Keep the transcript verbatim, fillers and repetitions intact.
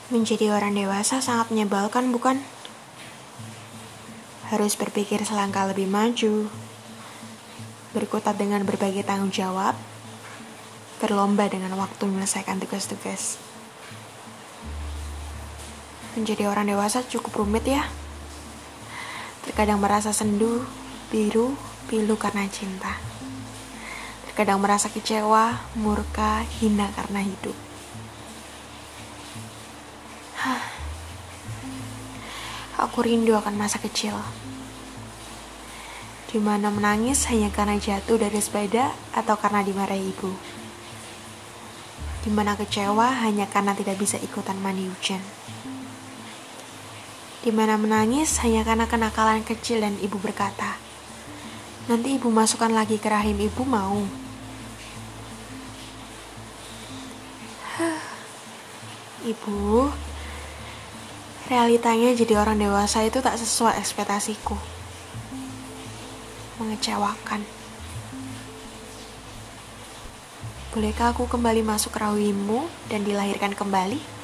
Menjadi orang dewasa sangat menyebalkan, bukan? Harus berpikir selangkah lebih maju, berkutat dengan berbagai tanggung jawab, berlomba dengan waktu menyelesaikan tugas-tugas. Menjadi orang dewasa cukup rumit ya. Terkadang merasa sendu, biru, pilu karena cinta. Terkadang merasa kecewa, murka, hina karena hidup. Aku rindu akan masa kecil, di mana menangis hanya karena jatuh dari sepeda atau karena dimarahi ibu. Di mana kecewa hanya karena tidak bisa ikutan mandi hujan. Di mana menangis hanya karena kenakalan kecil dan ibu berkata, "Nanti ibu masukkan lagi ke rahim ibu, mau?" Ibu, realitanya jadi orang dewasa itu tak sesuai ekspektasiku. Mengecewakan. Bolehkah aku kembali masuk ke rahimmu dan dilahirkan kembali?